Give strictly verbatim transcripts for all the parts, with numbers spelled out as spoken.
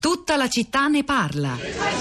Tutta la città ne parla.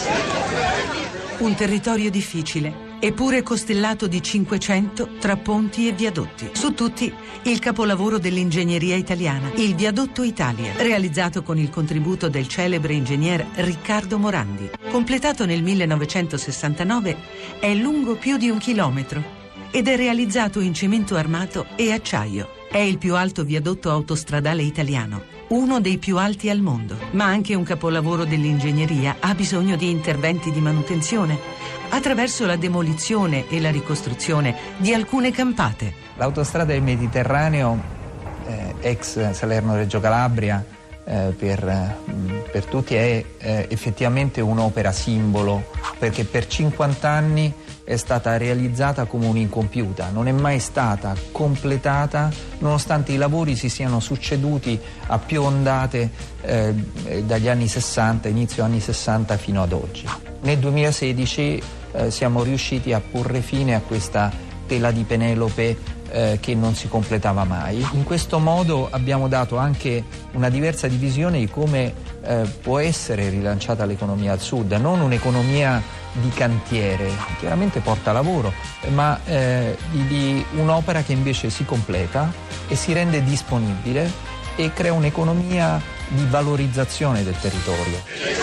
Un territorio difficile, eppure costellato di cinquecento tra ponti e viadotti. Su tutti il capolavoro dell'ingegneria italiana, il Viadotto Italia, realizzato con il contributo del celebre ingegner Riccardo Morandi. Completato nel millenovecentosessantanove, è lungo più di un chilometro ed è realizzato in cemento armato e acciaio. È il più alto viadotto autostradale italiano, uno dei più alti al mondo, ma anche un capolavoro dell'ingegneria ha bisogno di interventi di manutenzione attraverso la demolizione e la ricostruzione di alcune campate. L'autostrada del Mediterraneo, eh, ex Salerno-Reggio Calabria, eh, per, per tutti è eh, effettivamente un'opera simbolo, perché per cinquanta anni è stata realizzata come un'incompiuta, non è mai stata completata nonostante i lavori si siano succeduti a più ondate eh, dagli anni sessanta, inizio anni sessanta fino ad oggi. Nel duemilasedici eh, siamo riusciti a porre fine a questa tela di Penelope eh, che non si completava mai. In questo modo abbiamo dato anche una diversa divisione di come eh, può essere rilanciata l'economia al sud, non un'economia di cantiere, chiaramente porta lavoro, ma eh, di, di un'opera che invece si completa e si rende disponibile e crea un'economia di valorizzazione del territorio.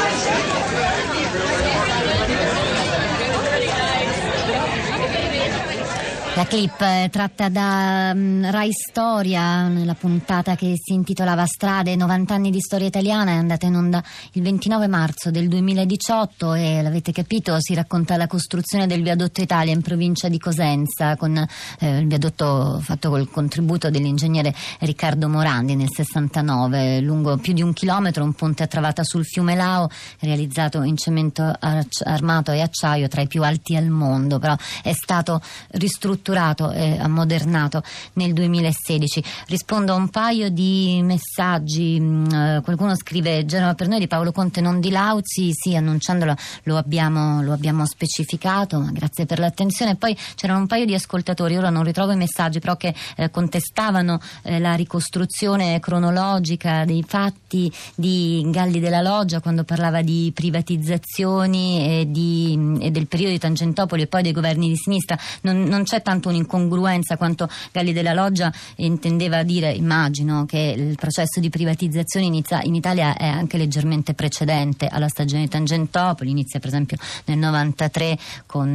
La clip è tratta da um, Rai Storia, nella puntata che si intitolava Strade, novanta anni di storia italiana, è andata in onda il ventinove marzo del duemiladiciotto e l'avete capito, si racconta la costruzione del Viadotto Italia in provincia di Cosenza, con eh, il viadotto fatto col contributo dell'ingegnere Riccardo Morandi nel sessantanove, lungo più di un chilometro, un ponte a travata sul fiume Lao, realizzato in cemento armato e acciaio, tra i più alti al mondo, però è stato ristrutturato e ammodernato nel duemilasedici. Rispondo a un paio di messaggi. Uh, qualcuno scrive: Genova per noi di Paolo Conte, non di Lauzi. Sì, annunciandolo lo abbiamo, lo abbiamo specificato, ma grazie per l'attenzione. Poi c'erano un paio di ascoltatori, ora non ritrovo i messaggi, però che eh, contestavano eh, la ricostruzione cronologica dei fatti di Galli della Loggia, quando parlava di privatizzazioni e, di, e del periodo di Tangentopoli e poi dei governi di sinistra. Non, non c'è tanto un'incongruenza quanto Galli della Loggia intendeva dire, immagino, che il processo di privatizzazione inizia, in Italia è anche leggermente precedente alla stagione di Tangentopoli, inizia per esempio nel novantatré con uh,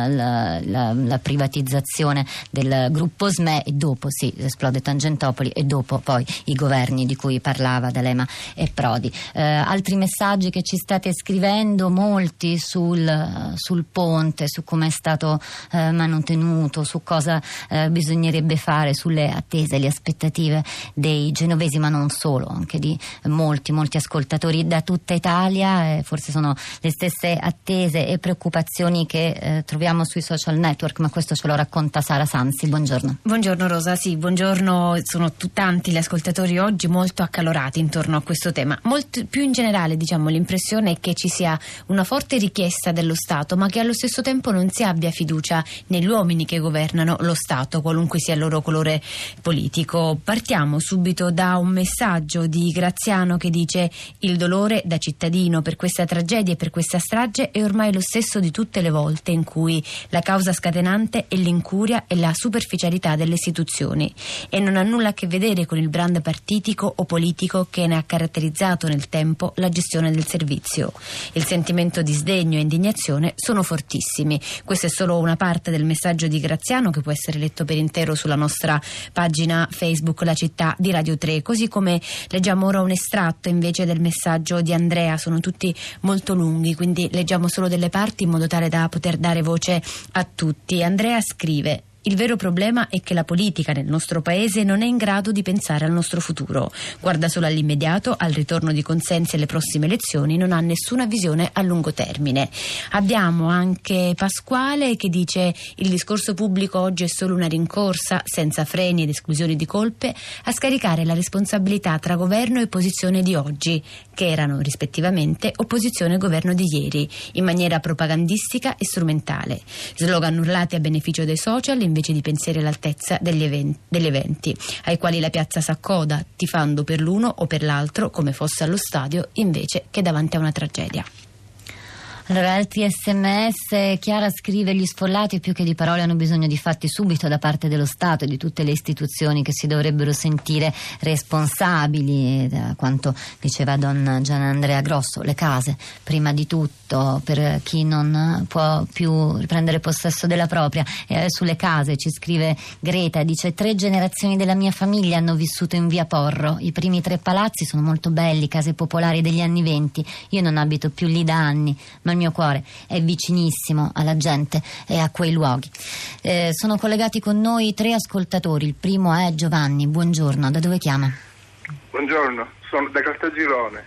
la, la, la privatizzazione del gruppo S M E e dopo sì, esplode Tangentopoli e dopo poi i governi di cui parlava D'Alema e Prodi. Uh, altri messaggi che ci state scrivendo, molti sul, sul ponte, su come è stato uh, manutenuto, su cosa eh, bisognerebbe fare, sulle attese, le aspettative dei genovesi, ma non solo, anche di molti, molti ascoltatori da tutta Italia. Eh, forse sono le stesse attese e preoccupazioni che eh, troviamo sui social network, ma questo ce lo racconta Sara Sansi. Buongiorno. Buongiorno Rosa, sì, buongiorno. Sono t- tanti gli ascoltatori oggi molto accalorati intorno a questo tema. Molto più in generale, diciamo, l'impressione è che ci sia una forte richiesta dello Stato, ma che allo stesso tempo non si abbia fiducia negli uomini che governano lo Stato, qualunque sia il loro colore politico. Partiamo subito da un messaggio di Graziano che dice: il dolore da cittadino per questa tragedia e per questa strage è ormai lo stesso di tutte le volte in cui la causa scatenante è l'incuria e la superficialità delle istituzioni e non ha nulla a che vedere con il brand partitico o politico che ne ha caratterizzato nel tempo la gestione del servizio. Il sentimento di sdegno e indignazione sono fortissimi. Questa è solo una parte del messaggio di Graziano, che può essere letto per intero sulla nostra pagina Facebook La Città di Radio tre, così come leggiamo ora un estratto invece del messaggio di Andrea. Sono tutti molto lunghi, quindi leggiamo solo delle parti in modo tale da poter dare voce a tutti. Andrea scrive: il vero problema è che la politica nel nostro paese non è in grado di pensare al nostro futuro. Guarda solo all'immediato, al ritorno di consensi alle prossime elezioni, non ha nessuna visione a lungo termine. Abbiamo anche Pasquale che dice: il discorso pubblico oggi è solo una rincorsa, senza freni ed esclusioni di colpe, a scaricare la responsabilità tra governo e opposizione di oggi, che erano rispettivamente opposizione e governo di ieri, in maniera propagandistica e strumentale. Slogan urlati a beneficio dei social, invece invece di pensieri all'altezza degli eventi, degli eventi ai quali la piazza s'accoda, tifando per l'uno o per l'altro come fosse allo stadio invece che davanti a una tragedia. Allora, altri sms. Chiara scrive: gli sfollati più che di parole hanno bisogno di fatti subito da parte dello Stato e di tutte le istituzioni che si dovrebbero sentire responsabili. Da quanto diceva don Gianandrea Grosso, le case prima di tutto per chi non può più riprendere possesso della propria. E sulle case ci scrive Greta, dice: tre generazioni della mia famiglia hanno vissuto in via Porro, i primi tre palazzi sono molto belli, case popolari degli anni venti. Io non abito più lì da anni, ma il mio cuore è vicinissimo alla gente e a quei luoghi. Eh, sono collegati con noi tre ascoltatori. Il primo è Giovanni. Buongiorno, da dove chiama? Buongiorno, sono da Caltagirone.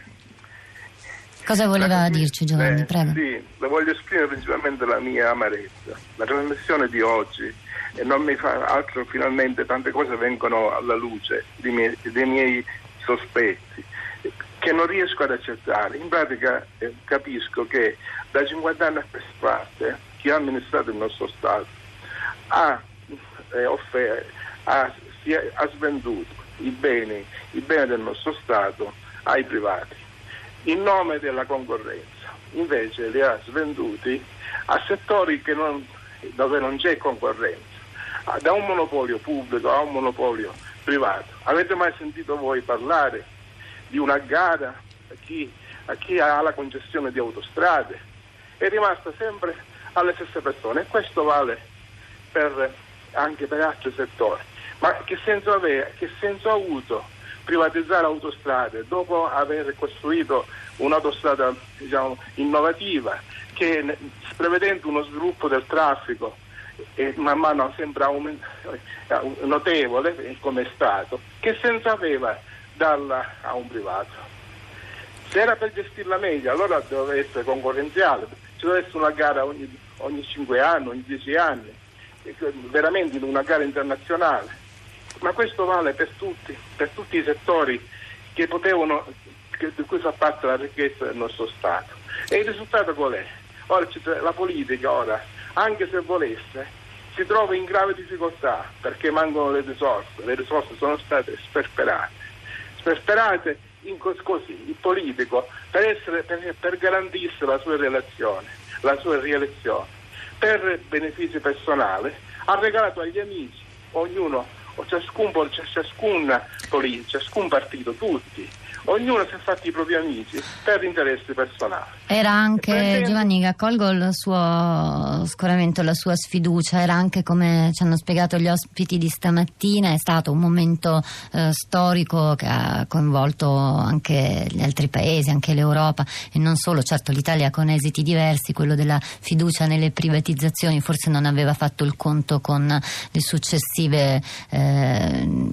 Cosa voleva la, dirci Giovanni? Eh, Prego. Sì, la voglio esprimere principalmente la mia amarezza. La trasmissione di oggi e non mi fa altro, finalmente tante cose vengono alla luce dei miei, dei miei sospetti che non riesco ad accettare. In pratica eh, capisco che da cinquanta anni a questa parte chi ha amministrato il nostro Stato ha, eh, offer- ha, si è, ha svenduto i beni, i beni del nostro Stato ai privati in nome della concorrenza. Invece li ha svenduti a settori che non, dove non c'è concorrenza, da un monopolio pubblico a un monopolio privato. Avete mai sentito voi parlare di una gara a chi, a chi ha la concessione di autostrade? È rimasta sempre alle stesse persone, e questo vale per, anche per altri settori. Ma che senso aveva, che senso ha avuto privatizzare autostrade dopo aver costruito un'autostrada, diciamo, innovativa, che prevedendo uno sviluppo del traffico e man mano sempre aumenta, notevole come è stato? Che senso aveva darla a un privato? Se era per gestirla meglio, allora doveva essere concorrenziale, ci doveva essere una gara ogni, ogni cinque anni, ogni dieci anni, veramente in una gara internazionale. Ma questo vale per tutti, per tutti i settori che potevano, che, di cui fa parte la ricchezza del nostro Stato. E il risultato qual è? Ora la politica, ora, anche se volesse, si trova in grave difficoltà perché mancano le risorse, le risorse sono state sperperate. Sperperate in cos- così, il politico, per, essere, per, per garantirsi la sua rielezione, la sua rielezione, per benefici personali, ha regalato agli amici, ognuno, o ciascun, ciascun, ciascun, ciascun partito, tutti, ognuno si è fatti i propri amici per interessi personali. Era anche, prendendo... Giovanni, che accolgo il suo scoramento, la sua sfiducia, era anche, come ci hanno spiegato gli ospiti di stamattina, è stato un momento eh, storico che ha coinvolto anche gli altri paesi, anche l'Europa e non solo. Certo, l'Italia con esiti diversi, quello della fiducia nelle privatizzazioni, forse non aveva fatto il conto con le successive eh,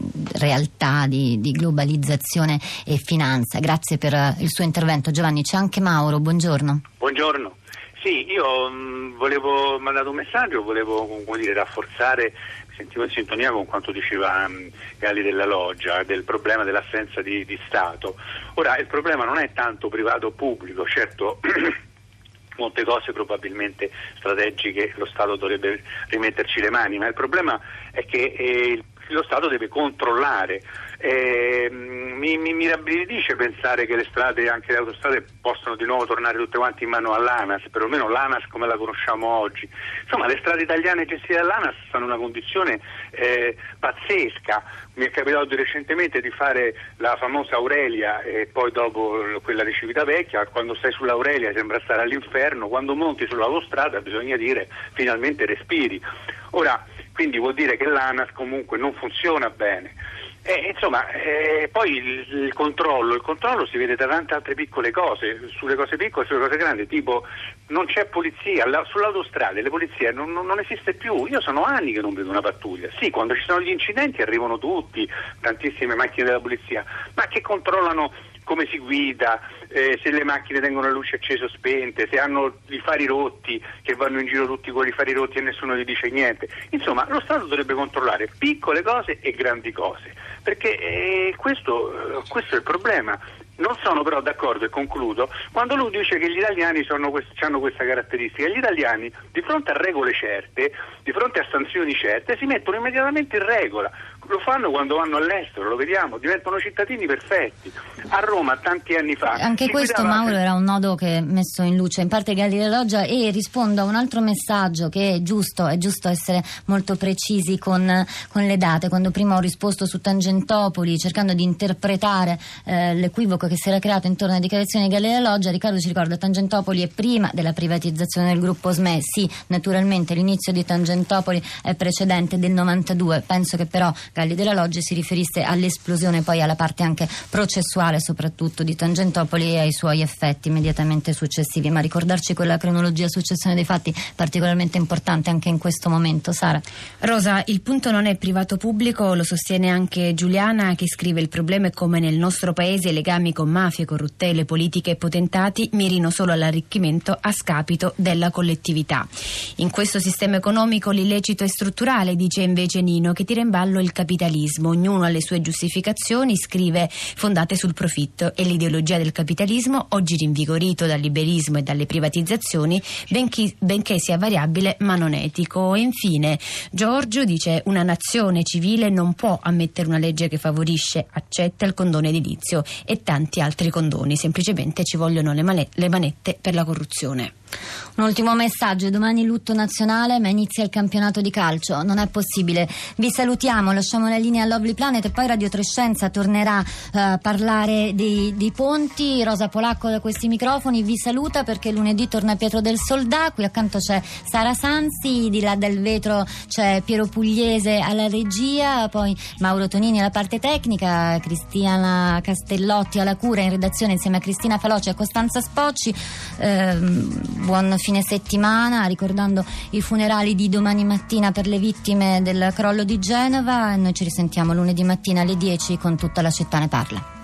realtà di, di globalizzazione e finanza. Grazie per uh, il suo intervento, Giovanni. C'è anche Mauro, buongiorno. Buongiorno. Sì, io mh, volevo mandare un messaggio, volevo, come dire, rafforzare, mi sentivo in sintonia con quanto diceva mh, Gali della Loggia, del problema dell'assenza di, di Stato. Ora, il problema non è tanto privato o pubblico, certo molte cose probabilmente strategiche lo Stato dovrebbe rimetterci le mani, ma il problema è che eh, lo Stato deve controllare. Eh, mi, mi, mi rabbrividisce pensare che le strade, anche le autostrade, possano di nuovo tornare tutte quante in mano all'ANAS, perlomeno l'ANAS come la conosciamo oggi. Insomma, le strade italiane gestite dall'ANAS stanno in una condizione eh, pazzesca. Mi è capitato di recentemente di fare la famosa Aurelia e poi dopo quella di Civitavecchia. Quando stai sull'Aurelia sembra stare all'inferno, quando monti sull'autostrada bisogna dire finalmente respiri. Ora, quindi vuol dire che l'ANAS comunque non funziona bene. E, insomma, eh, poi il, il controllo, il controllo si vede da tante altre piccole cose, sulle cose piccole e sulle cose grandi, tipo non c'è polizia, la, sull'autostrada le polizie non, non, non esiste più. Io sono anni che non vedo una pattuglia. Sì, quando ci sono gli incidenti arrivano tutti, tantissime macchine della polizia, ma che controllano come si guida, eh, se le macchine tengono le luci accese o spente, se hanno i fari rotti, che vanno in giro tutti con i fari rotti e nessuno gli dice niente. Insomma, lo Stato dovrebbe controllare piccole cose e grandi cose, perché eh, questo, questo è il problema. Non sono però d'accordo, e concludo, quando lui dice che gli italiani sono quest- hanno questa caratteristica. Gli italiani, di fronte a regole certe, di fronte a sanzioni certe, si mettono immediatamente in regola. Lo fanno quando vanno all'estero, lo vediamo, diventano cittadini perfetti. A Roma, tanti anni fa... Anche questo, guidava... Mauro, era un nodo che è messo in luce in parte Galli della Loggia, e rispondo a un altro messaggio che è giusto, è giusto essere molto precisi con, con le date. Quando prima ho risposto su Tangentopoli, cercando di interpretare eh, l'equivoco che si era creato intorno alle dichiarazioni di Galli della Loggia, Riccardo ci ricorda: Tangentopoli è prima della privatizzazione del gruppo S M E. Sì, naturalmente l'inizio di Tangentopoli è precedente, del novantadue. Penso che però Galli della Loggia si riferisse all'esplosione, poi alla parte anche processuale soprattutto di Tangentopoli e ai suoi effetti immediatamente successivi. Ma ricordarci quella cronologia successione dei fatti particolarmente importante anche in questo momento. Sara. Rosa, il punto non è privato pubblico, lo sostiene anche Giuliana, che scrive: il problema è come nel nostro paese i legami con mafie, corruttele, politiche e potentati mirino solo all'arricchimento a scapito della collettività. In questo sistema economico l'illecito è strutturale, dice invece Nino, che tira in ballo il capitalismo. Ognuno ha le sue giustificazioni, scrive, fondate sul profitto, e l'ideologia del capitalismo, oggi rinvigorito dal liberismo e dalle privatizzazioni, benché, benché sia variabile ma non etico. E infine Giorgio dice: una nazione civile non può ammettere una legge che favorisce, accetta il condono edilizio e tanti altri condoni, semplicemente ci vogliono le, male- le manette per la corruzione. Un ultimo messaggio: domani lutto nazionale, ma inizia il campionato di calcio, non è possibile. Vi salutiamo, lasciamo la linea a Lovely Planet e poi Radio Trescenza tornerà uh, a parlare dei, dei ponti. Rosa Polacco da questi microfoni vi saluta, perché lunedì torna Pietro del Soldà, qui accanto c'è Sara Sanzi, di là dal vetro c'è Piero Pugliese alla regia, poi Mauro Tonini alla parte tecnica, Cristiana Castellotti alla cura in redazione insieme a Cristina Faloci e a Costanza Spocci. Ehm, buon fine settimana, ricordando i funerali di domani mattina per le vittime del crollo di Genova. Noi ci risentiamo lunedì mattina alle dieci con Tutta la città ne parla.